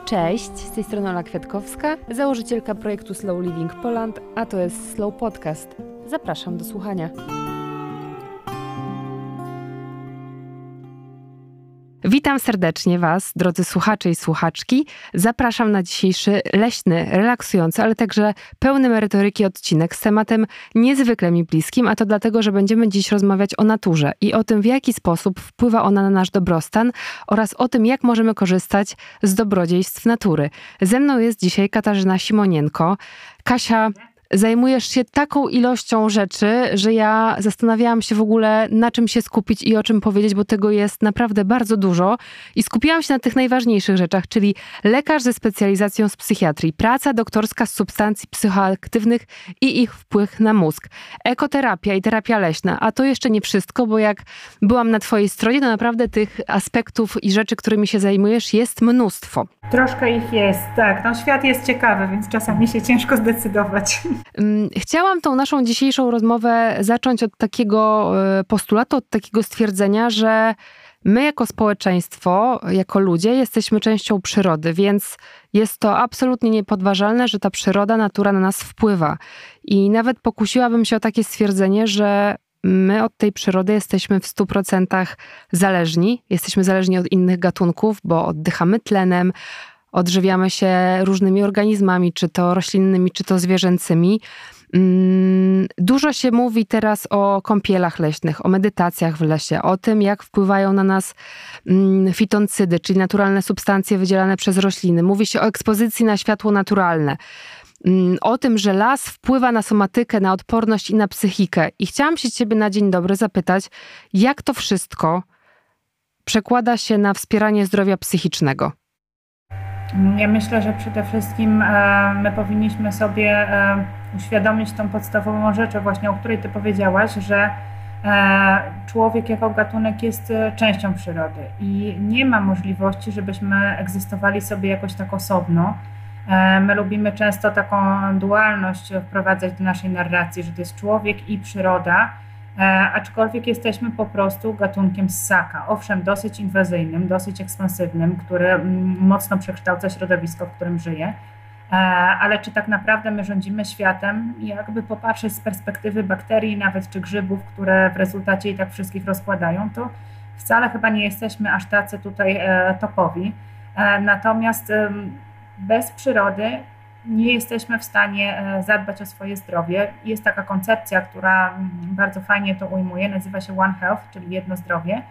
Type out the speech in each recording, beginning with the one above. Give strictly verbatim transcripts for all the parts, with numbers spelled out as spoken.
Cześć, z tej strony Ola Kwiatkowska, założycielka projektu Slow Living Poland, a to jest Slow Podcast. Zapraszam do słuchania. Witam serdecznie Was, drodzy słuchacze i słuchaczki. Zapraszam na dzisiejszy leśny, relaksujący, ale także pełny merytoryki odcinek z tematem niezwykle mi bliskim, a to dlatego, że będziemy dziś rozmawiać o naturze i o tym, w jaki sposób wpływa ona na nasz dobrostan oraz o tym, jak możemy korzystać z dobrodziejstw natury. Ze mną jest dzisiaj Katarzyna Simonienko. Kasia, zajmujesz się taką ilością rzeczy, że ja zastanawiałam się w ogóle, na czym się skupić i o czym powiedzieć, bo tego jest naprawdę bardzo dużo. I skupiłam się na tych najważniejszych rzeczach, czyli lekarz ze specjalizacją z psychiatrii, praca doktorska z substancji psychoaktywnych i ich wpływ na mózg, ekoterapia i terapia leśna. A to jeszcze nie wszystko, bo jak byłam na twojej stronie, to naprawdę tych aspektów i rzeczy, którymi się zajmujesz, jest mnóstwo. Troszkę ich jest, tak. No, świat jest ciekawy, więc czasami się ciężko zdecydować. Chciałam tą naszą dzisiejszą rozmowę zacząć od takiego postulatu, od takiego stwierdzenia, że my jako społeczeństwo, jako ludzie jesteśmy częścią przyrody, więc jest to absolutnie niepodważalne, że ta przyroda, natura na nas wpływa. I nawet pokusiłabym się o takie stwierdzenie, że my od tej przyrody jesteśmy w stu procentach zależni. Jesteśmy zależni od innych gatunków, bo oddychamy tlenem, odżywiamy się różnymi organizmami, czy to roślinnymi, czy to zwierzęcymi. Dużo się mówi teraz o kąpielach leśnych, o medytacjach w lesie, o tym, jak wpływają na nas fitoncydy, czyli naturalne substancje wydzielane przez rośliny. Mówi się o ekspozycji na światło naturalne, o tym, że las wpływa na somatykę, na odporność i na psychikę. I chciałam się ciebie na dzień dobry zapytać, jak to wszystko przekłada się na wspieranie zdrowia psychicznego? Ja myślę, że przede wszystkim e, my powinniśmy sobie e, uświadomić tą podstawową rzecz, właśnie o której ty powiedziałaś, że e, człowiek jako gatunek jest częścią przyrody i nie ma możliwości, żebyśmy egzystowali sobie jakoś tak osobno. E, my lubimy często taką dualność wprowadzać do naszej narracji, że to jest człowiek i przyroda, E, aczkolwiek jesteśmy po prostu gatunkiem ssaka. Owszem, dosyć inwazyjnym, dosyć ekspansywnym, który mm, mocno przekształca środowisko, w którym żyje. E, ale czy tak naprawdę my rządzimy światem? Jakby popatrzeć z perspektywy bakterii nawet, czy grzybów, które w rezultacie i tak wszystkich rozkładają, to wcale chyba nie jesteśmy aż tacy tutaj e, topowi. E, natomiast e, bez przyrody nie jesteśmy w stanie zadbać o swoje zdrowie. Jest taka koncepcja, która bardzo fajnie to ujmuje, nazywa się One Health, czyli jedno zdrowie.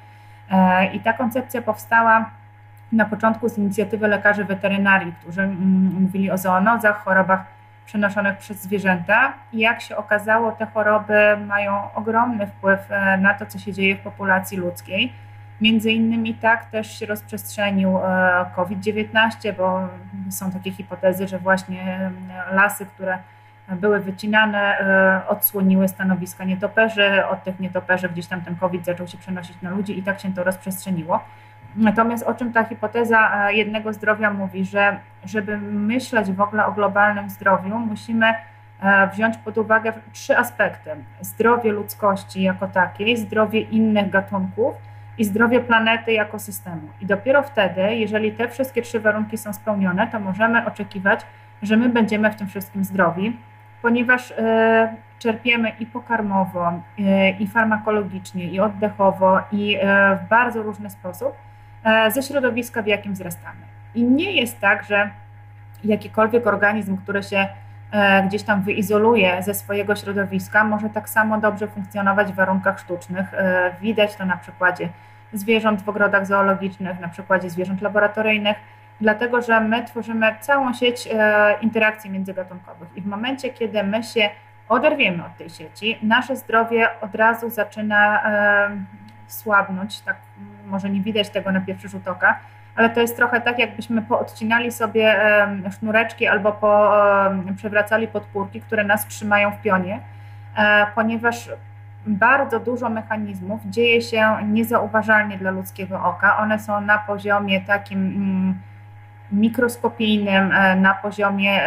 I ta koncepcja powstała na początku z inicjatywy lekarzy weterynarii, którzy mówili o zoonozach, chorobach przenoszonych przez zwierzęta. I jak się okazało, te choroby mają ogromny wpływ na to, co się dzieje w populacji ludzkiej. Między innymi tak też się rozprzestrzenił COVID dziewiętnaście, bo są takie hipotezy, że właśnie lasy, które były wycinane, odsłoniły stanowiska nietoperzy, od tych nietoperzy gdzieś tam ten COVID zaczął się przenosić na ludzi i tak się to rozprzestrzeniło. Natomiast o czym ta hipoteza jednego zdrowia mówi, że żeby myśleć w ogóle o globalnym zdrowiu, musimy wziąć pod uwagę trzy aspekty. Zdrowie ludzkości jako takiej, zdrowie innych gatunków i zdrowie planety jako systemu. I dopiero wtedy, jeżeli te wszystkie trzy warunki są spełnione, to możemy oczekiwać, że my będziemy w tym wszystkim zdrowi, ponieważ y, czerpiemy i pokarmowo, y, i farmakologicznie, i oddechowo, i y, w bardzo różny sposób y, ze środowiska, w jakim wzrastamy. I nie jest tak, że jakikolwiek organizm, który się y, gdzieś tam wyizoluje ze swojego środowiska, może tak samo dobrze funkcjonować w warunkach sztucznych. Y, widać to na przykładzie zwierząt w ogrodach zoologicznych, na przykładzie zwierząt laboratoryjnych, dlatego że my tworzymy całą sieć e, interakcji międzygatunkowych i w momencie, kiedy my się oderwiemy od tej sieci, nasze zdrowie od razu zaczyna e, słabnąć, tak może nie widać tego na pierwszy rzut oka, ale to jest trochę tak, jakbyśmy poodcinali sobie e, sznureczki albo po, e, przewracali podpórki, które nas trzymają w pionie, e, ponieważ bardzo dużo mechanizmów dzieje się niezauważalnie dla ludzkiego oka. One są na poziomie takim mm, mikroskopijnym, na poziomie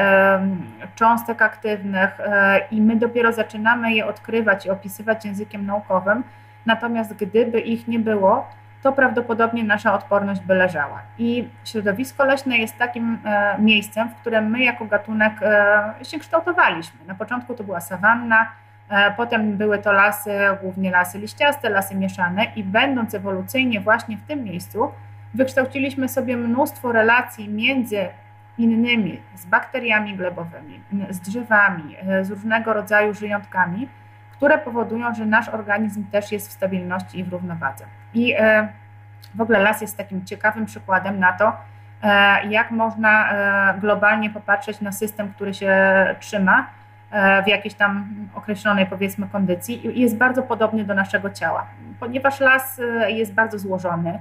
cząstek aktywnych i my dopiero zaczynamy je odkrywać i opisywać językiem naukowym. Natomiast gdyby ich nie było, to prawdopodobnie nasza odporność by leżała. I środowisko leśne jest takim e, miejscem, w którym my jako gatunek e, się kształtowaliśmy. Na początku to była sawanna, e, potem były to lasy, głównie lasy liściaste, lasy mieszane i będąc ewolucyjnie właśnie w tym miejscu, wykształciliśmy sobie mnóstwo relacji między innymi z bakteriami glebowymi, z drzewami, e, z różnego rodzaju żyjątkami, które powodują, że nasz organizm też jest w stabilności i w równowadze. I w ogóle las jest takim ciekawym przykładem na to, jak można globalnie popatrzeć na system, który się trzyma w jakiejś tam określonej, powiedzmy, kondycji i jest bardzo podobny do naszego ciała, ponieważ las jest bardzo złożony,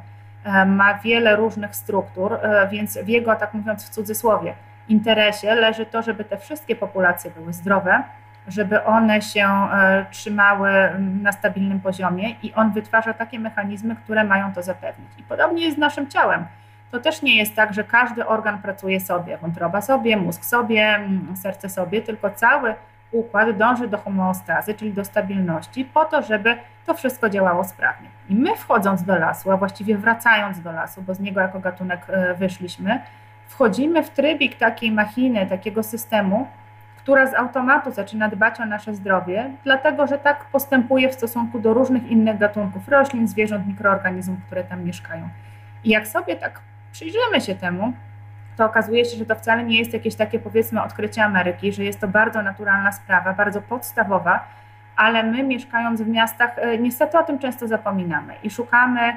ma wiele różnych struktur, więc w jego, tak mówiąc w cudzysłowie, interesie leży to, żeby te wszystkie populacje były zdrowe, żeby one się trzymały na stabilnym poziomie i on wytwarza takie mechanizmy, które mają to zapewnić. I podobnie jest z naszym ciałem. To też nie jest tak, że każdy organ pracuje sobie, wątroba sobie, mózg sobie, serce sobie, tylko cały układ dąży do homeostazy, czyli do stabilności, po to, żeby to wszystko działało sprawnie. I my wchodząc do lasu, a właściwie wracając do lasu, bo z niego jako gatunek wyszliśmy, wchodzimy w trybik takiej machiny, takiego systemu, która z automatu zaczyna dbać o nasze zdrowie, dlatego że tak postępuje w stosunku do różnych innych gatunków roślin, zwierząt, mikroorganizmów, które tam mieszkają. I jak sobie tak przyjrzymy się temu, to okazuje się, że to wcale nie jest jakieś takie, powiedzmy, odkrycie Ameryki, że jest to bardzo naturalna sprawa, bardzo podstawowa, ale my mieszkając w miastach niestety o tym często zapominamy i szukamy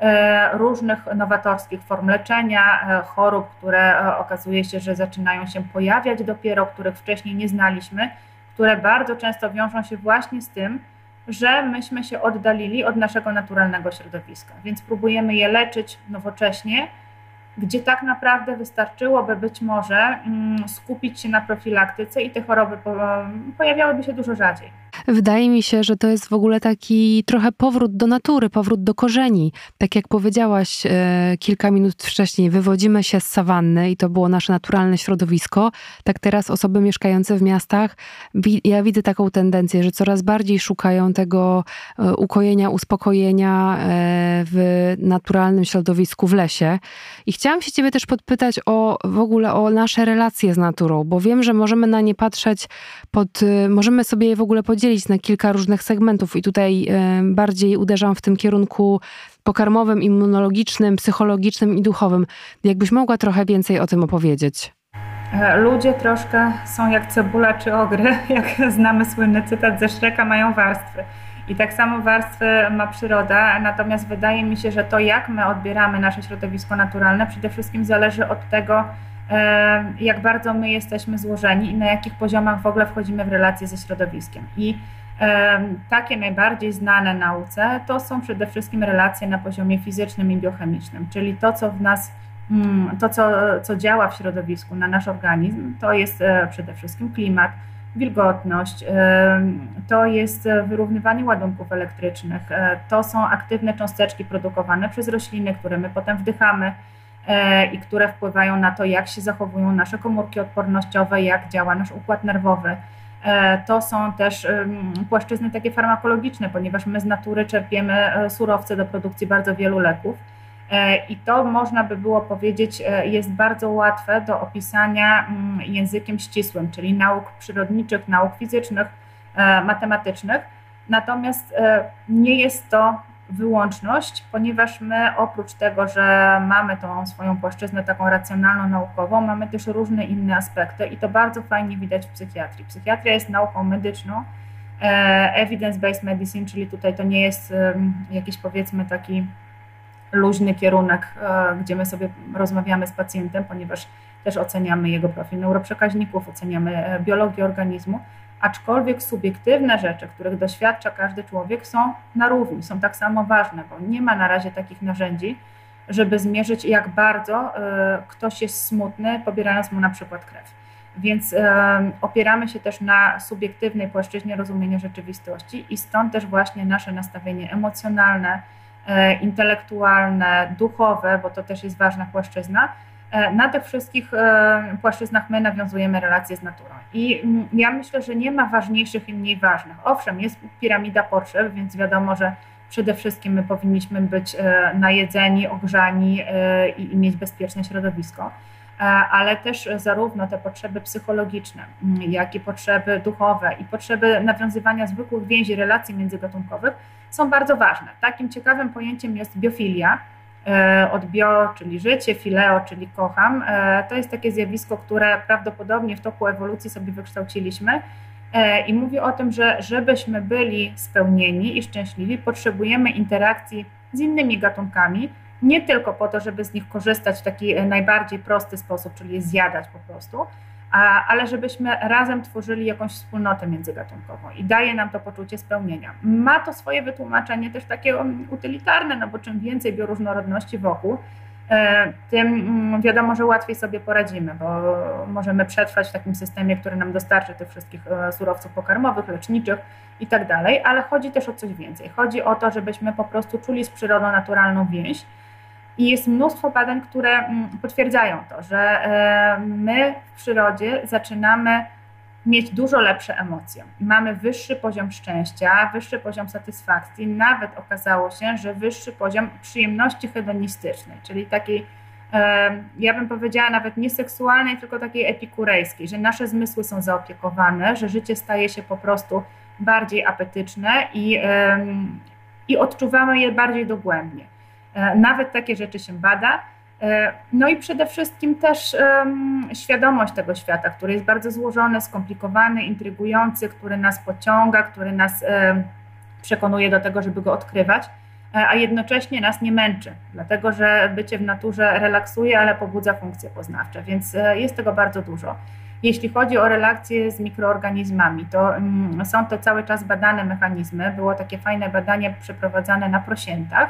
różnych nowatorskich form leczenia, chorób, które okazuje się, że zaczynają się pojawiać dopiero, których wcześniej nie znaliśmy, które bardzo często wiążą się właśnie z tym, że myśmy się oddalili od naszego naturalnego środowiska, więc próbujemy je leczyć nowocześnie, gdzie tak naprawdę wystarczyłoby być może skupić się na profilaktyce i te choroby pojawiałyby się dużo rzadziej. Wydaje mi się, że to jest w ogóle taki trochę powrót do natury, powrót do korzeni. Tak jak powiedziałaś e, kilka minut wcześniej, wywodzimy się z sawanny i to było nasze naturalne środowisko. Tak teraz osoby mieszkające w miastach, wi- ja widzę taką tendencję, że coraz bardziej szukają tego e, ukojenia, uspokojenia e, w naturalnym środowisku, w lesie. I chciałam się ciebie też podpytać o w ogóle o nasze relacje z naturą, bo wiem, że możemy na nie patrzeć pod, możemy sobie je w ogóle podzielić na kilka różnych segmentów i tutaj bardziej uderzam w tym kierunku pokarmowym, immunologicznym, psychologicznym i duchowym. Jakbyś mogła trochę więcej o tym opowiedzieć? Ludzie troszkę są jak cebula czy ogry, jak znamy słynny cytat ze Shreka, mają warstwy. I tak samo warstwy ma przyroda, natomiast wydaje mi się, że to, jak my odbieramy nasze środowisko naturalne, przede wszystkim zależy od tego, jak bardzo my jesteśmy złożeni i na jakich poziomach w ogóle wchodzimy w relacje ze środowiskiem. I takie najbardziej znane nauce to są przede wszystkim relacje na poziomie fizycznym i biochemicznym, czyli to, co w nas, to, co, co działa w środowisku na nasz organizm, to jest przede wszystkim klimat, wilgotność, to jest wyrównywanie ładunków elektrycznych, to są aktywne cząsteczki produkowane przez rośliny, które my potem wdychamy i które wpływają na to, jak się zachowują nasze komórki odpornościowe, jak działa nasz układ nerwowy. To są też płaszczyzny takie farmakologiczne, ponieważ my z natury czerpiemy surowce do produkcji bardzo wielu leków i to, można by było powiedzieć, jest bardzo łatwe do opisania językiem ścisłym, czyli nauk przyrodniczych, nauk fizycznych, matematycznych, natomiast nie jest to wyłączność, ponieważ my oprócz tego, że mamy tą swoją płaszczyznę taką racjonalną, naukową, mamy też różne inne aspekty i to bardzo fajnie widać w psychiatrii. Psychiatria jest nauką medyczną, evidence-based medicine, czyli tutaj to nie jest jakiś, powiedzmy, taki luźny kierunek, gdzie my sobie rozmawiamy z pacjentem, ponieważ też oceniamy jego profil neuroprzekaźników, oceniamy biologię organizmu, aczkolwiek subiektywne rzeczy, których doświadcza każdy człowiek, są na równi, są tak samo ważne, bo nie ma na razie takich narzędzi, żeby zmierzyć, jak bardzo ktoś jest smutny, pobierając mu na przykład krew. Więc opieramy się też na subiektywnej płaszczyźnie rozumienia rzeczywistości i stąd też właśnie nasze nastawienie emocjonalne, intelektualne, duchowe, bo to też jest ważna płaszczyzna. Na tych wszystkich płaszczyznach my nawiązujemy relacje z naturą. I ja myślę, że nie ma ważniejszych i mniej ważnych. Owszem, jest piramida potrzeb, więc wiadomo, że przede wszystkim my powinniśmy być najedzeni, ogrzani i mieć bezpieczne środowisko, ale też zarówno te potrzeby psychologiczne, jak i potrzeby duchowe i potrzeby nawiązywania zwykłych więzi, relacji międzygatunkowych są bardzo ważne. Takim ciekawym pojęciem jest biofilia, od bio, czyli życie, fileo, czyli kocham. To jest takie zjawisko, które prawdopodobnie w toku ewolucji sobie wykształciliśmy i mówi o tym, że żebyśmy byli spełnieni i szczęśliwi, potrzebujemy interakcji z innymi gatunkami, nie tylko po to, żeby z nich korzystać w taki najbardziej prosty sposób, czyli je zjadać po prostu, ale żebyśmy razem tworzyli jakąś wspólnotę międzygatunkową i daje nam to poczucie spełnienia. Ma to swoje wytłumaczenie też takie utylitarne, no bo czym więcej bioróżnorodności wokół, tym wiadomo, że łatwiej sobie poradzimy, bo możemy przetrwać w takim systemie, który nam dostarczy tych wszystkich surowców pokarmowych, leczniczych i tak dalej, ale chodzi też o coś więcej. Chodzi o to, żebyśmy po prostu czuli z przyrodą naturalną więź. I jest mnóstwo badań, które potwierdzają to, że my w przyrodzie zaczynamy mieć dużo lepsze emocje. Mamy wyższy poziom szczęścia, wyższy poziom satysfakcji, nawet okazało się, że wyższy poziom przyjemności hedonistycznej, czyli takiej, ja bym powiedziała nawet nie seksualnej, tylko takiej epikurejskiej, że nasze zmysły są zaopiekowane, że życie staje się po prostu bardziej apetyczne i, i odczuwamy je bardziej dogłębnie. Nawet takie rzeczy się bada. No i przede wszystkim też um, świadomość tego świata, który jest bardzo złożony, skomplikowany, intrygujący, który nas pociąga, który nas um, przekonuje do tego, żeby go odkrywać, a jednocześnie nas nie męczy, dlatego że bycie w naturze relaksuje, ale pobudza funkcje poznawcze, więc jest tego bardzo dużo. Jeśli chodzi o relacje z mikroorganizmami, to um, są to cały czas badane mechanizmy. Było takie fajne badanie przeprowadzane na prosiętach,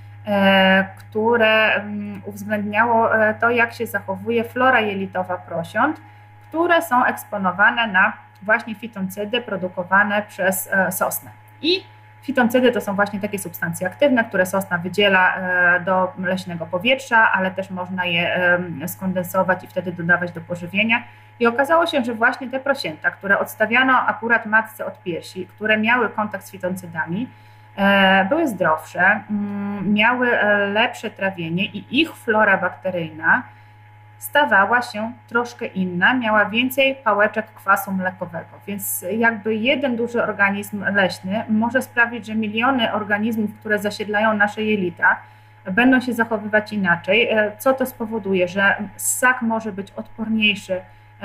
które uwzględniało to, jak się zachowuje flora jelitowa prosiąt, które są eksponowane na właśnie fitoncydy produkowane przez sosnę. I fitoncydy to są właśnie takie substancje aktywne, które sosna wydziela do leśnego powietrza, ale też można je skondensować i wtedy dodawać do pożywienia. I okazało się, że właśnie te prosięta, które odstawiano akurat matce od piersi, które miały kontakt z fitoncydami, były zdrowsze, miały lepsze trawienie i ich flora bakteryjna stawała się troszkę inna, miała więcej pałeczek kwasu mlekowego, więc jakby jeden duży organizm leśny może sprawić, że miliony organizmów, które zasiedlają nasze jelita, będą się zachowywać inaczej. Co to spowoduje? Że ssak może być odporniejszy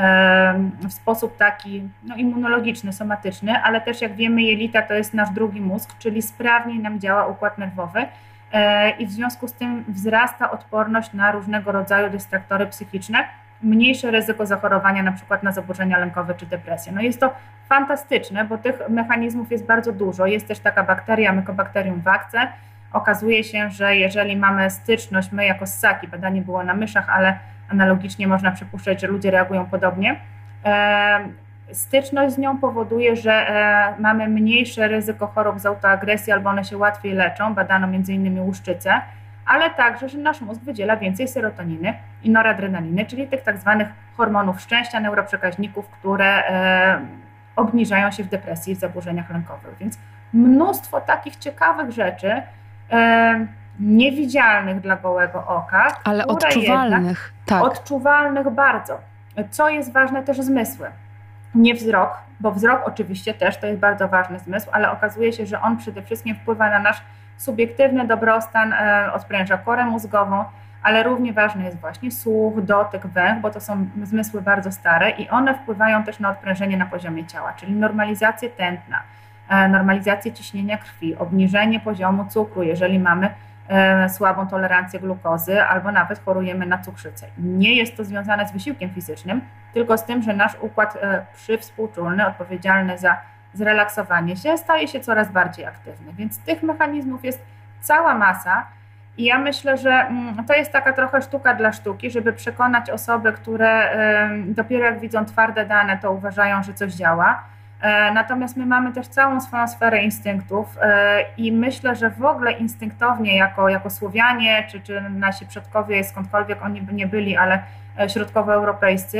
w sposób taki no, immunologiczny, somatyczny, ale też jak wiemy, jelita to jest nasz drugi mózg, czyli sprawniej nam działa układ nerwowy i w związku z tym wzrasta odporność na różnego rodzaju dystraktory psychiczne, mniejsze ryzyko zachorowania na przykład na zaburzenia lękowe czy depresję. No jest to fantastyczne, bo tych mechanizmów jest bardzo dużo. Jest też taka bakteria, Mycobacterium vaccae. Okazuje się, że jeżeli mamy styczność, my jako ssaki, badanie było na myszach, ale analogicznie można przypuszczać, że ludzie reagują podobnie. Styczność z nią powoduje, że mamy mniejsze ryzyko chorób z autoagresji albo one się łatwiej leczą, badano między innymi łuszczycę, ale także, że nasz mózg wydziela więcej serotoniny i noradrenaliny, czyli tych tak zwanych hormonów szczęścia, neuroprzekaźników, które obniżają się w depresji i w zaburzeniach lękowych. Więc mnóstwo takich ciekawych rzeczy, niewidzialnych dla gołego oka, ale odczuwalnych, tak. Odczuwalnych bardzo. Co jest ważne, też zmysły. Nie wzrok, bo wzrok oczywiście też to jest bardzo ważny zmysł, ale okazuje się, że on przede wszystkim wpływa na nasz subiektywny dobrostan, odpręża korę mózgową, ale równie ważny jest właśnie słuch, dotyk, węch, bo to są zmysły bardzo stare i one wpływają też na odprężenie na poziomie ciała, czyli normalizację tętna, normalizację ciśnienia krwi, obniżenie poziomu cukru, jeżeli mamy słabą tolerancję glukozy albo nawet chorujemy na cukrzycę. Nie jest to związane z wysiłkiem fizycznym, tylko z tym, że nasz układ przywspółczulny, odpowiedzialny za zrelaksowanie się, staje się coraz bardziej aktywny. Więc tych mechanizmów jest cała masa i ja myślę, że to jest taka trochę sztuka dla sztuki, żeby przekonać osoby, które dopiero jak widzą twarde dane, to uważają, że coś działa. Natomiast my mamy też całą swoją sferę instynktów i myślę, że w ogóle instynktownie jako, jako Słowianie, czy, czy nasi przodkowie, skądkolwiek oni by nie byli, ale środkowoeuropejscy,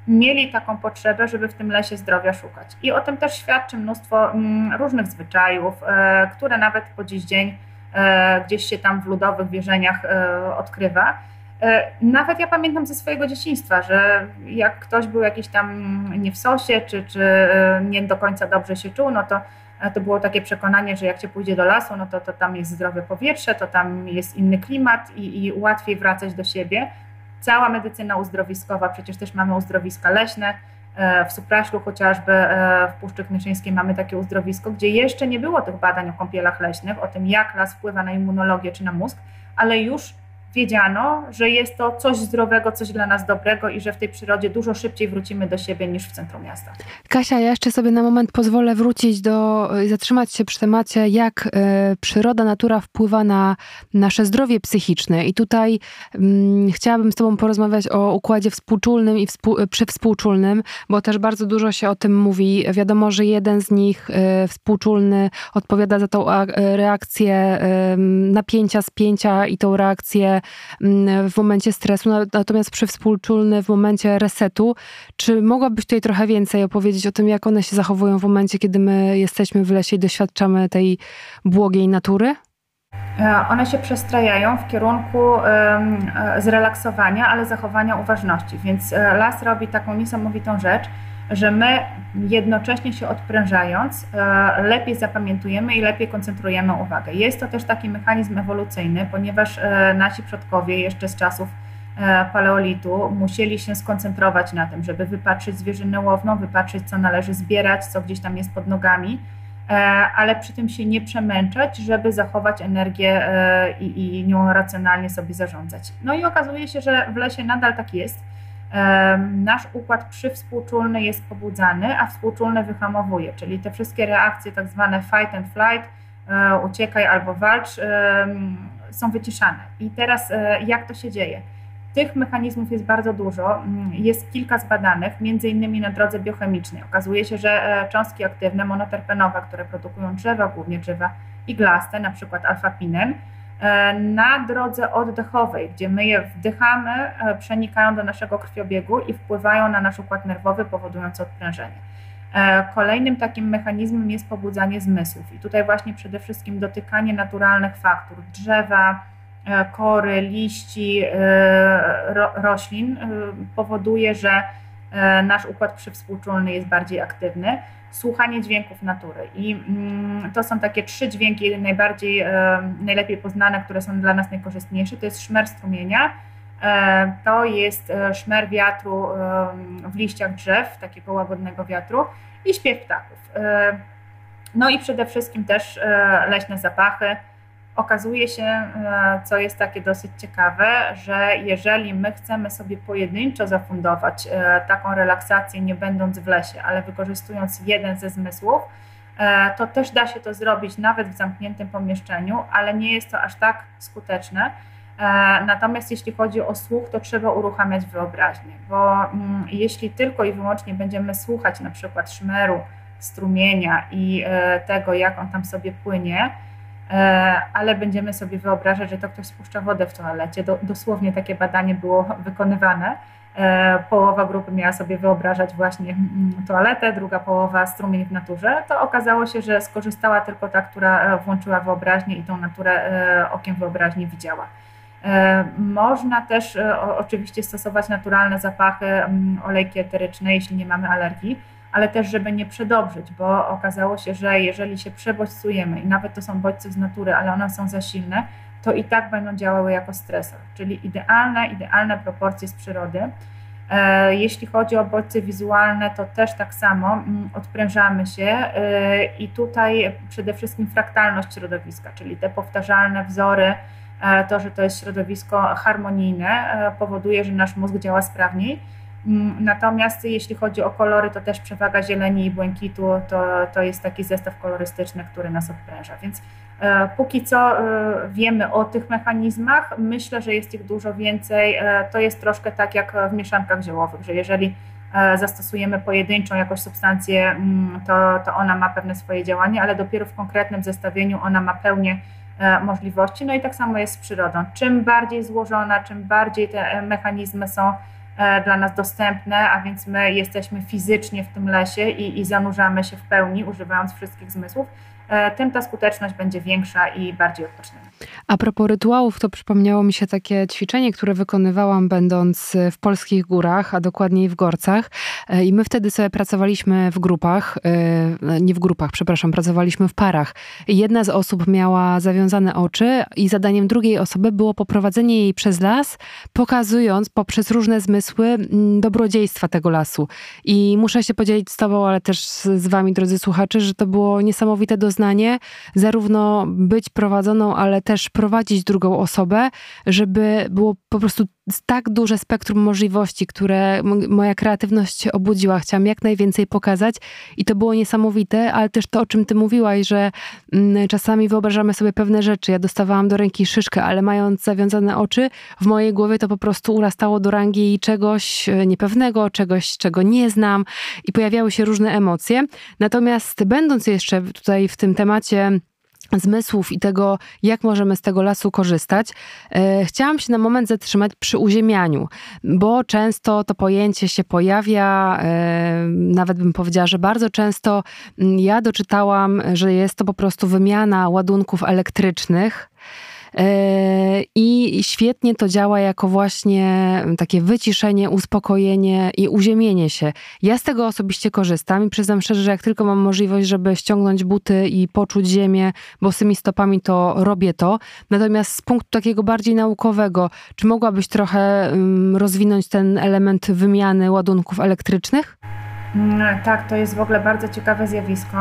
mieli taką potrzebę, żeby w tym lesie zdrowia szukać. I o tym też świadczy mnóstwo różnych zwyczajów, które nawet po dziś dzień gdzieś się tam w ludowych wierzeniach odkrywa. Nawet ja pamiętam ze swojego dzieciństwa, że jak ktoś był jakiś tam nie w sosie, czy, czy nie do końca dobrze się czuł, no to to było takie przekonanie, że jak się pójdzie do lasu, no to, to tam jest zdrowe powietrze, to tam jest inny klimat i, i łatwiej wracać do siebie. Cała medycyna uzdrowiskowa, przecież też mamy uzdrowiska leśne, w Supraślu chociażby, w Puszczy Knyszyńskiej mamy takie uzdrowisko, gdzie jeszcze nie było tych badań o kąpielach leśnych, o tym jak las wpływa na immunologię czy na mózg, ale już wiedziano, że jest to coś zdrowego, coś dla nas dobrego i że w tej przyrodzie dużo szybciej wrócimy do siebie niż w centrum miasta. Kasia, ja jeszcze sobie na moment pozwolę wrócić do, zatrzymać się przy temacie, jak y, przyroda, natura wpływa na nasze zdrowie psychiczne. I tutaj y, chciałabym z tobą porozmawiać o układzie współczulnym i współ, przywspółczulnym, bo też bardzo dużo się o tym mówi. Wiadomo, że jeden z nich, y, współczulny, odpowiada za tą a, reakcję y, napięcia, spięcia i tą reakcję w momencie stresu, natomiast przywspółczulny w momencie resetu. Czy mogłabyś tutaj trochę więcej opowiedzieć o tym, jak one się zachowują w momencie, kiedy my jesteśmy w lesie i doświadczamy tej błogiej natury? One się przestrajają w kierunku zrelaksowania, ale zachowania uważności. Więc las robi taką niesamowitą rzecz, że my jednocześnie się odprężając lepiej zapamiętujemy i lepiej koncentrujemy uwagę. Jest to też taki mechanizm ewolucyjny, ponieważ nasi przodkowie jeszcze z czasów paleolitu musieli się skoncentrować na tym, żeby wypatrzyć zwierzynę łowną, wypatrzyć, co należy zbierać, co gdzieś tam jest pod nogami, ale przy tym się nie przemęczać, żeby zachować energię i, i nią racjonalnie sobie zarządzać. No i okazuje się, że w lesie nadal tak jest. Nasz układ przywspółczulny jest pobudzany, a współczulny wyhamowuje, czyli te wszystkie reakcje tak zwane fight and flight, uciekaj albo walcz, są wyciszane. I teraz jak to się dzieje? Tych mechanizmów jest bardzo dużo, jest kilka zbadanych, między innymi na drodze biochemicznej. Okazuje się, że cząstki aktywne monoterpenowe, które produkują drzewa, głównie drzewa iglaste, na przykład alfapinen, na drodze oddechowej, gdzie my je wdychamy, przenikają do naszego krwiobiegu i wpływają na nasz układ nerwowy, powodując odprężenie. Kolejnym takim mechanizmem jest pobudzanie zmysłów i tutaj właśnie przede wszystkim dotykanie naturalnych faktur, drzewa, kory, liści, roślin powoduje, że nasz układ przywspółczulny jest bardziej aktywny. Słuchanie dźwięków natury i to są takie trzy dźwięki najbardziej, najlepiej poznane, które są dla nas najkorzystniejsze. To jest szmer strumienia, to jest szmer wiatru w liściach drzew, takiego łagodnego wiatru i śpiew ptaków. No i przede wszystkim też leśne zapachy. Okazuje się, co jest takie dosyć ciekawe, że jeżeli my chcemy sobie pojedynczo zafundować taką relaksację, nie będąc w lesie, ale wykorzystując jeden ze zmysłów, to też da się to zrobić nawet w zamkniętym pomieszczeniu, ale nie jest to aż tak skuteczne. Natomiast jeśli chodzi o słuch, to trzeba uruchamiać wyobraźnię, bo jeśli tylko i wyłącznie będziemy słuchać na przykład szmeru, strumienia i tego, jak on tam sobie płynie, ale będziemy sobie wyobrażać, że to ktoś spuszcza wodę w toalecie. Dosłownie takie badanie było wykonywane. Połowa grupy miała sobie wyobrażać właśnie toaletę, druga połowa strumień w naturze. To okazało się, że skorzystała tylko ta, która włączyła wyobraźnię i tą naturę okiem wyobraźni widziała. Można też oczywiście stosować naturalne zapachy, olejki eteryczne, jeśli nie mamy alergii, ale też, żeby nie przedobrzyć, bo okazało się, że jeżeli się przebodźcujemy i nawet to są bodźce z natury, ale one są za silne, to i tak będą działały jako stresor, czyli idealne, idealne proporcje z przyrody. Jeśli chodzi o bodźce wizualne, to też tak samo odprężamy się i tutaj przede wszystkim fraktalność środowiska, czyli te powtarzalne wzory, to, że to jest środowisko harmonijne, powoduje, że nasz mózg działa sprawniej. Natomiast jeśli chodzi o kolory, to też przewaga zieleni i błękitu, to, to jest taki zestaw kolorystyczny, który nas odpręża. Więc e, póki co e, wiemy o tych mechanizmach, myślę, że jest ich dużo więcej. E, to jest troszkę tak jak w mieszankach ziołowych, że jeżeli e, zastosujemy pojedynczą jakąś substancję, m, to, to ona ma pewne swoje działanie, ale dopiero w konkretnym zestawieniu ona ma pełnię e, możliwości. No i tak samo jest z przyrodą. Czym bardziej złożona, czym bardziej te mechanizmy są dla nas dostępne, a więc my jesteśmy fizycznie w tym lesie i, i zanurzamy się w pełni, używając wszystkich zmysłów, tym ta skuteczność będzie większa i bardziej odpoczniona. A propos rytuałów, to przypomniało mi się takie ćwiczenie, które wykonywałam będąc w polskich górach, a dokładniej w Gorcach. I my wtedy sobie pracowaliśmy w grupach, nie w grupach, przepraszam, pracowaliśmy w parach. Jedna z osób miała zawiązane oczy i zadaniem drugiej osoby było poprowadzenie jej przez las, pokazując poprzez różne zmysły dobrodziejstwa tego lasu. I muszę się podzielić z tobą, ale też z wami, drodzy słuchacze, że to było niesamowite doznanie, zarówno być prowadzoną, ale też prowadzić drugą osobę, żeby było po prostu tak duże spektrum możliwości, które moja kreatywność obudziła. Chciałam jak najwięcej pokazać i to było niesamowite, ale też to, o czym ty mówiłaś, że czasami wyobrażamy sobie pewne rzeczy. Ja dostawałam do ręki szyszkę, ale mając zawiązane oczy, w mojej głowie to po prostu urastało do rangi czegoś niepewnego, czegoś, czego nie znam i pojawiały się różne emocje. Natomiast będąc jeszcze tutaj w tym temacie zmysłów i tego, jak możemy z tego lasu korzystać, e, chciałam się na moment zatrzymać przy uziemianiu, bo często to pojęcie się pojawia, e, nawet bym powiedziała, że bardzo często ja doczytałam, że jest to po prostu wymiana ładunków elektrycznych. I świetnie to działa jako właśnie takie wyciszenie, uspokojenie i uziemienie się. Ja z tego osobiście korzystam i przyznam szczerze, że jak tylko mam możliwość, żeby ściągnąć buty i poczuć ziemię bosymi stopami, to robię to. Natomiast z punktu takiego bardziej naukowego, czy mogłabyś trochę rozwinąć ten element wymiany ładunków elektrycznych? Tak, to jest w ogóle bardzo ciekawe zjawisko.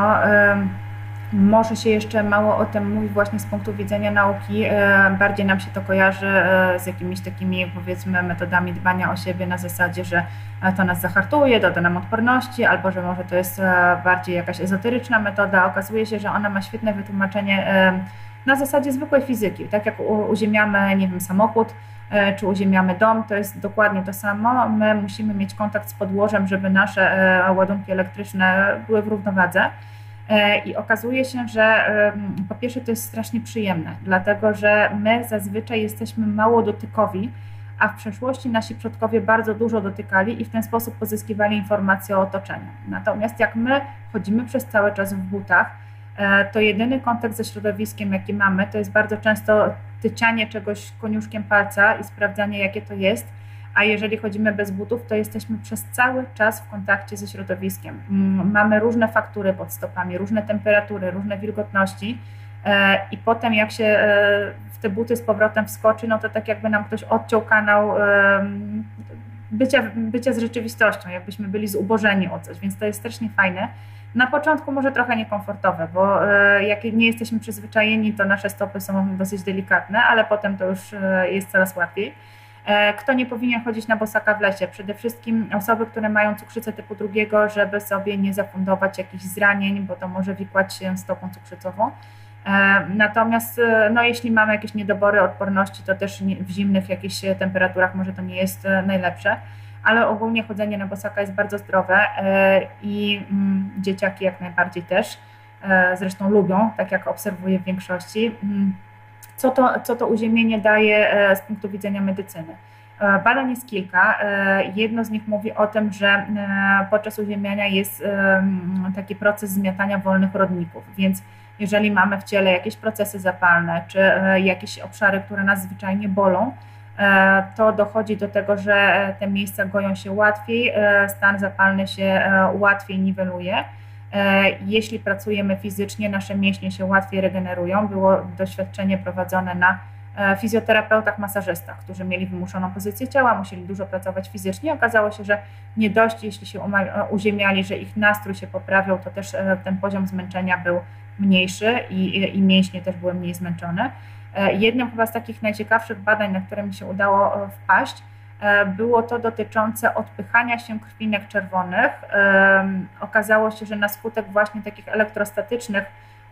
Może się jeszcze mało o tym mówi właśnie z punktu widzenia nauki. Bardziej nam się to kojarzy z jakimiś takimi, powiedzmy, metodami dbania o siebie na zasadzie, że to nas zahartuje, doda nam odporności, albo że może to jest bardziej jakaś ezoteryczna metoda. Okazuje się, że ona ma świetne wytłumaczenie na zasadzie zwykłej fizyki. Tak jak uziemiamy, nie wiem, samochód, czy uziemiamy dom, to jest dokładnie to samo. My musimy mieć kontakt z podłożem, żeby nasze ładunki elektryczne były w równowadze. I okazuje się, że po pierwsze to jest strasznie przyjemne, dlatego że my zazwyczaj jesteśmy mało dotykowi, a w przeszłości nasi przodkowie bardzo dużo dotykali i w ten sposób pozyskiwali informacje o otoczeniu. Natomiast jak my chodzimy przez cały czas w butach, to jedyny kontakt ze środowiskiem, jaki mamy, to jest bardzo często tycianie czegoś koniuszkiem palca i sprawdzanie, jakie to jest. A jeżeli chodzimy bez butów, to jesteśmy przez cały czas w kontakcie ze środowiskiem. Mamy różne faktury pod stopami, różne temperatury, różne wilgotności i potem jak się w te buty z powrotem wskoczy, no to tak jakby nam ktoś odciął kanał bycia, bycia z rzeczywistością, jakbyśmy byli zubożeni o coś, więc to jest strasznie fajne. Na początku może trochę niekomfortowe, bo jak nie jesteśmy przyzwyczajeni, to nasze stopy są dosyć delikatne, ale potem to już jest coraz łatwiej. Kto nie powinien chodzić na bosaka w lesie? Przede wszystkim osoby, które mają cukrzycę typu drugiego, żeby sobie nie zafundować jakichś zranień, bo to może wikłać się stopą cukrzycową. Natomiast no, jeśli mamy jakieś niedobory odporności, to też w zimnych jakichś temperaturach może to nie jest najlepsze, ale ogólnie chodzenie na bosaka jest bardzo zdrowe i dzieciaki jak najbardziej też, zresztą lubią, tak jak obserwuję w większości. Co to, co to uziemienie daje z punktu widzenia medycyny? Badań jest kilka. Jedno z nich mówi o tym, że podczas uziemiania jest taki proces zmiatania wolnych rodników, więc jeżeli mamy w ciele jakieś procesy zapalne czy jakieś obszary, które nas zwyczajnie bolą, to dochodzi do tego, że te miejsca goją się łatwiej, stan zapalny się łatwiej niweluje. Jeśli pracujemy fizycznie, nasze mięśnie się łatwiej regenerują. Było doświadczenie prowadzone na fizjoterapeutach, masażystach, którzy mieli wymuszoną pozycję ciała, musieli dużo pracować fizycznie. Okazało się, że nie dość, jeśli się uziemiali, że ich nastrój się poprawiał, to też ten poziom zmęczenia był mniejszy i, i mięśnie też były mniej zmęczone. Jednym chyba z takich najciekawszych badań, na które mi się udało wpaść, było to dotyczące odpychania się krwinek czerwonych. Okazało się, że na skutek właśnie takich elektrostatycznych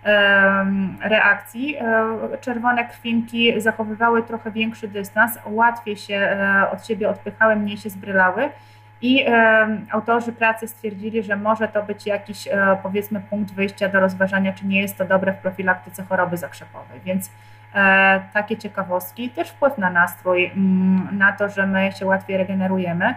reakcji czerwone krwinki zachowywały trochę większy dystans, łatwiej się od siebie odpychały, mniej się zbrylały i autorzy pracy stwierdzili, że może to być jakiś, powiedzmy, punkt wyjścia do rozważania, czy nie jest to dobre w profilaktyce choroby zakrzepowej. Więc takie ciekawostki, też wpływ na nastrój, na to, że my się łatwiej regenerujemy.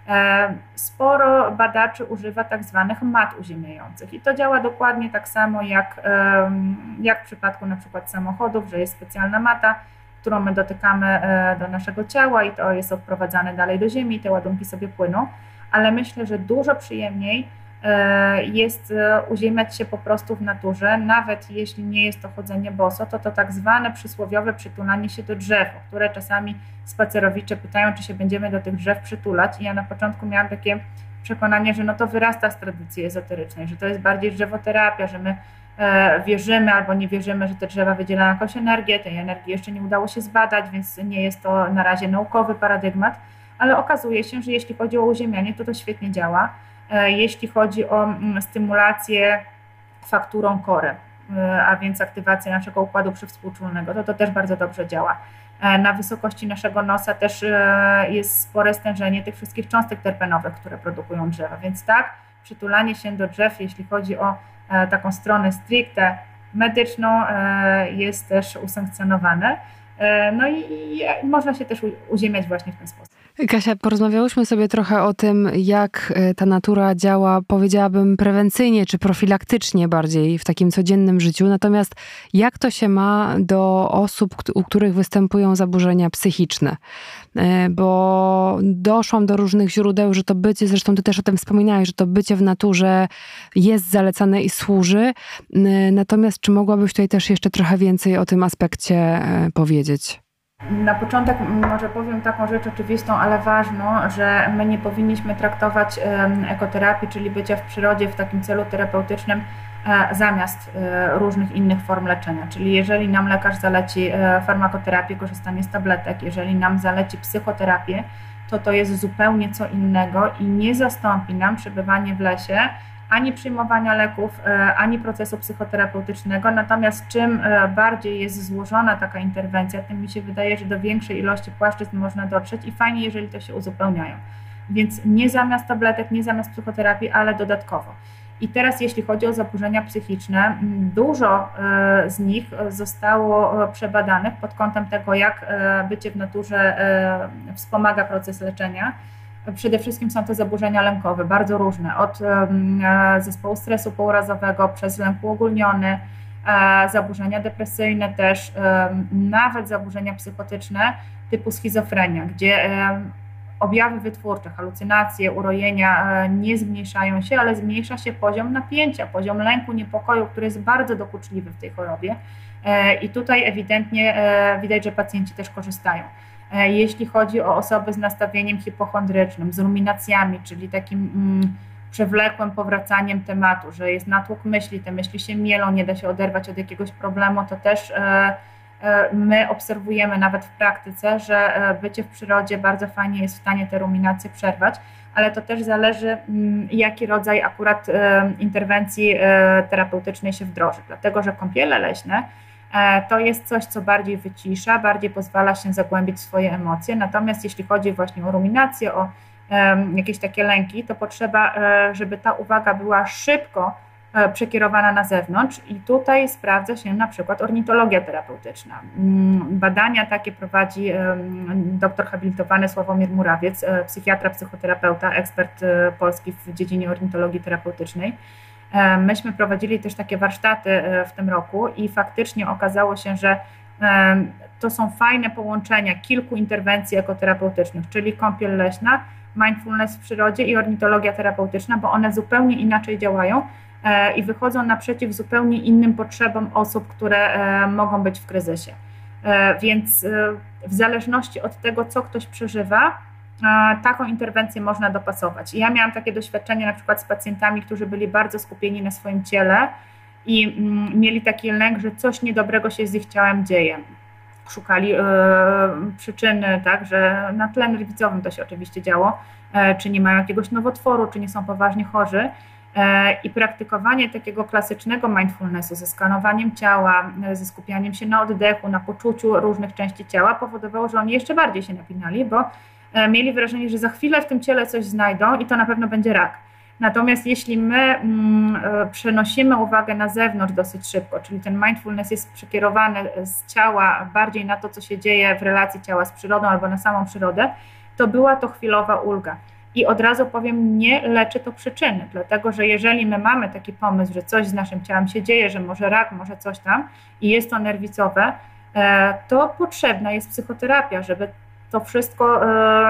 Sporo badaczy używa tak zwanych mat uziemiających i to działa dokładnie tak samo jak, jak w przypadku na przykład samochodów, że jest specjalna mata, którą my dotykamy do naszego ciała i to jest odprowadzane dalej do ziemi i te ładunki sobie płyną, ale myślę, że dużo przyjemniej jest uziemiać się po prostu w naturze, nawet jeśli nie jest to chodzenie boso, to to tak zwane przysłowiowe przytulanie się do drzew, o które czasami spacerowicze pytają, czy się będziemy do tych drzew przytulać i ja na początku miałam takie przekonanie, że no to wyrasta z tradycji ezoterycznej, że to jest bardziej drzewoterapia, że my wierzymy albo nie wierzymy, że te drzewa wydzielają jakąś energię, tej energii jeszcze nie udało się zbadać, więc nie jest to na razie naukowy paradygmat, ale okazuje się, że jeśli chodzi o uziemianie, to to świetnie działa. Jeśli chodzi o stymulację fakturą Core, a więc aktywację naszego układu przywspółczulnego, to to też bardzo dobrze działa. Na wysokości naszego nosa też jest spore stężenie tych wszystkich cząstek terpenowych, które produkują drzewa, więc tak, przytulanie się do drzew, jeśli chodzi o taką stronę stricte medyczną, jest też usankcjonowane. No i, i można się też uziemiać właśnie w ten sposób. Kasia, porozmawiałyśmy sobie trochę o tym, jak ta natura działa, powiedziałabym, prewencyjnie czy profilaktycznie bardziej w takim codziennym życiu. Natomiast jak to się ma do osób, u których występują zaburzenia psychiczne? Bo doszłam do różnych źródeł, że to bycie, zresztą ty też o tym wspominałeś, że to bycie w naturze jest zalecane i służy. Natomiast czy mogłabyś tutaj też jeszcze trochę więcej o tym aspekcie powiedzieć? Na początek może powiem taką rzecz oczywistą, ale ważną, że my nie powinniśmy traktować ekoterapii, czyli bycia w przyrodzie w takim celu terapeutycznym zamiast różnych innych form leczenia. Czyli jeżeli nam lekarz zaleci farmakoterapię, korzystanie z tabletek, jeżeli nam zaleci psychoterapię, to to jest zupełnie co innego i nie zastąpi nam przebywanie w lesie, ani przyjmowania leków, ani procesu psychoterapeutycznego. Natomiast czym bardziej jest złożona taka interwencja, tym mi się wydaje, że do większej ilości płaszczyzn można dotrzeć i fajnie, jeżeli to się uzupełniają. Więc nie zamiast tabletek, nie zamiast psychoterapii, ale dodatkowo. I teraz jeśli chodzi o zaburzenia psychiczne, dużo z nich zostało przebadanych pod kątem tego, jak bycie w naturze wspomaga proces leczenia. Przede wszystkim są to zaburzenia lękowe, bardzo różne, od zespołu stresu pourazowego przez lęk uogólniony, zaburzenia depresyjne też, nawet zaburzenia psychotyczne typu schizofrenia, gdzie objawy wytwórcze, halucynacje, urojenia nie zmniejszają się, ale zmniejsza się poziom napięcia, poziom lęku, niepokoju, który jest bardzo dokuczliwy w tej chorobie i tutaj ewidentnie widać, że pacjenci też korzystają. Jeśli chodzi o osoby z nastawieniem hipochondrycznym, z ruminacjami, czyli takim mm, przewlekłym powracaniem tematu, że jest natłok myśli, te myśli się mielą, nie da się oderwać od jakiegoś problemu, to też e, e, my obserwujemy nawet w praktyce, że bycie w przyrodzie bardzo fajnie jest w stanie te ruminacje przerwać, ale to też zależy, mm, jaki rodzaj akurat e, interwencji e, terapeutycznej się wdroży, dlatego że kąpiele leśne to jest coś, co bardziej wycisza, bardziej pozwala się zagłębić w swoje emocje. Natomiast jeśli chodzi właśnie o ruminację, o um, jakieś takie lęki, to potrzeba, żeby ta uwaga była szybko przekierowana na zewnątrz i tutaj sprawdza się na przykład ornitologia terapeutyczna. Badania takie prowadzi doktor habilitowany Sławomir Murawiec, psychiatra, psychoterapeuta, ekspert polski w dziedzinie ornitologii terapeutycznej. Myśmy prowadzili też takie warsztaty w tym roku i faktycznie okazało się, że to są fajne połączenia kilku interwencji ekoterapeutycznych, czyli kąpiel leśna, mindfulness w przyrodzie i ornitologia terapeutyczna, bo one zupełnie inaczej działają i wychodzą naprzeciw zupełnie innym potrzebom osób, które mogą być w kryzysie. Więc w zależności od tego, co ktoś przeżywa, taką interwencję można dopasować. I ja miałam takie doświadczenie na przykład z pacjentami, którzy byli bardzo skupieni na swoim ciele i mm, mieli taki lęk, że coś niedobrego się z ich ciałem dzieje. Szukali e, przyczyny, tak, że na tle nerwicowym to się oczywiście działo, e, czy nie mają jakiegoś nowotworu, czy nie są poważnie chorzy. E, I praktykowanie takiego klasycznego mindfulnessu ze skanowaniem ciała, ze skupianiem się na oddechu, na poczuciu różnych części ciała powodowało, że oni jeszcze bardziej się napinali, bo mieli wrażenie, że za chwilę w tym ciele coś znajdą i to na pewno będzie rak. Natomiast jeśli my mm, przenosimy uwagę na zewnątrz dosyć szybko, czyli ten mindfulness jest przekierowany z ciała bardziej na to, co się dzieje w relacji ciała z przyrodą albo na samą przyrodę, to była to chwilowa ulga. I od razu powiem, nie leczy to przyczyny, dlatego że jeżeli my mamy taki pomysł, że coś z naszym ciałem się dzieje, że może rak, może coś tam i jest to nerwicowe, to potrzebna jest psychoterapia, żeby to wszystko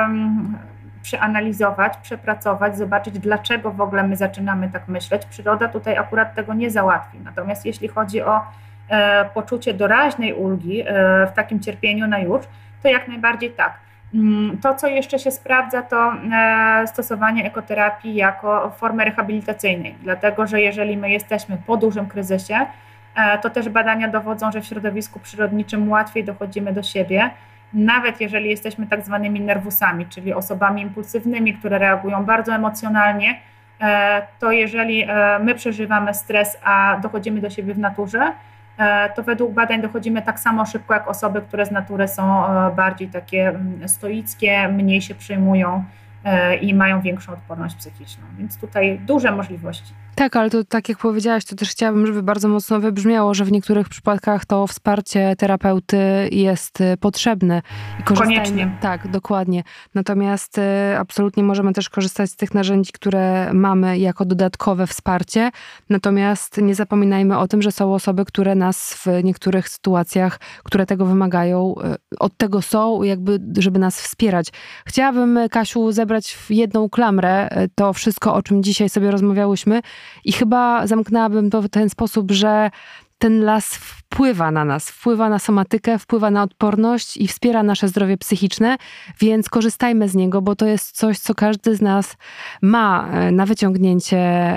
przeanalizować, przepracować, zobaczyć, dlaczego w ogóle my zaczynamy tak myśleć. Przyroda tutaj akurat tego nie załatwi. Natomiast jeśli chodzi o poczucie doraźnej ulgi w takim cierpieniu na już, to jak najbardziej tak. To, co jeszcze się sprawdza, to stosowanie ekoterapii jako formy rehabilitacyjnej, dlatego że jeżeli my jesteśmy po dużym kryzysie, to też badania dowodzą, że w środowisku przyrodniczym łatwiej dochodzimy do siebie, nawet jeżeli jesteśmy tak zwanymi nerwusami, czyli osobami impulsywnymi, które reagują bardzo emocjonalnie, to jeżeli my przeżywamy stres, a dochodzimy do siebie w naturze, to według badań dochodzimy tak samo szybko jak osoby, które z natury są bardziej takie stoickie, mniej się przejmują i mają większą odporność psychiczną. Więc tutaj duże możliwości. Tak, ale to tak jak powiedziałaś, to też chciałabym, żeby bardzo mocno wybrzmiało, że w niektórych przypadkach to wsparcie terapeuty jest potrzebne. I koniecznie. Tak, dokładnie. Natomiast absolutnie możemy też korzystać z tych narzędzi, które mamy jako dodatkowe wsparcie. Natomiast nie zapominajmy o tym, że są osoby, które nas w niektórych sytuacjach, które tego wymagają, od tego są, jakby, żeby nas wspierać. Chciałabym, Kasiu, zebrać w jedną klamrę to wszystko, o czym dzisiaj sobie rozmawiałyśmy. I chyba zamknęłabym to w ten sposób, że ten las wpływa na nas, wpływa na somatykę, wpływa na odporność i wspiera nasze zdrowie psychiczne, więc korzystajmy z niego, bo to jest coś, co każdy z nas ma na wyciągnięcie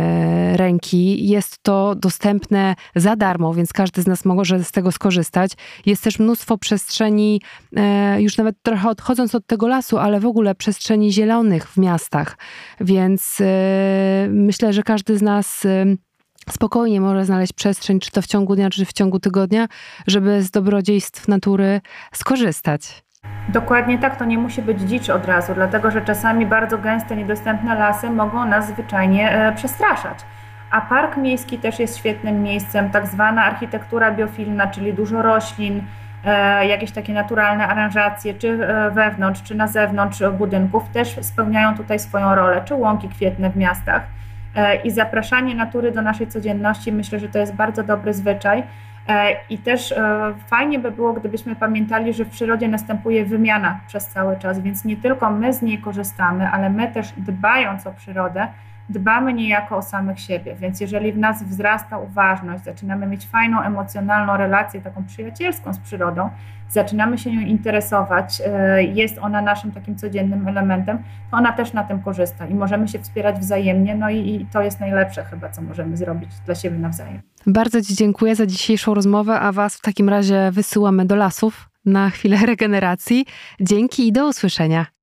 ręki. Jest to dostępne za darmo, więc każdy z nas może z tego skorzystać. Jest też mnóstwo przestrzeni, już nawet trochę odchodząc od tego lasu, ale w ogóle przestrzeni zielonych w miastach, więc myślę, że każdy z nas spokojnie może znaleźć przestrzeń, czy to w ciągu dnia, czy w ciągu tygodnia, żeby z dobrodziejstw natury skorzystać. Dokładnie tak, to nie musi być dzicz od razu, dlatego że czasami bardzo gęste, niedostępne lasy mogą nas zwyczajnie przestraszać. A park miejski też jest świetnym miejscem, tak zwana architektura biofilna, czyli dużo roślin, jakieś takie naturalne aranżacje, czy wewnątrz, czy na zewnątrz budynków też spełniają tutaj swoją rolę, czy łąki kwietne w miastach. I zapraszanie natury do naszej codzienności, myślę, że to jest bardzo dobry zwyczaj i też fajnie by było, gdybyśmy pamiętali, że w przyrodzie następuje wymiana przez cały czas, więc nie tylko my z niej korzystamy, ale my też dbając o przyrodę, dbamy niejako o samych siebie, więc jeżeli w nas wzrasta uważność, zaczynamy mieć fajną, emocjonalną relację, taką przyjacielską z przyrodą, zaczynamy się nią interesować, jest ona naszym takim codziennym elementem, to ona też na tym korzysta i możemy się wspierać wzajemnie, no i, i to jest najlepsze chyba, co możemy zrobić dla siebie nawzajem. Bardzo Ci dziękuję za dzisiejszą rozmowę, a Was w takim razie wysyłamy do lasów na chwilę regeneracji. Dzięki i do usłyszenia.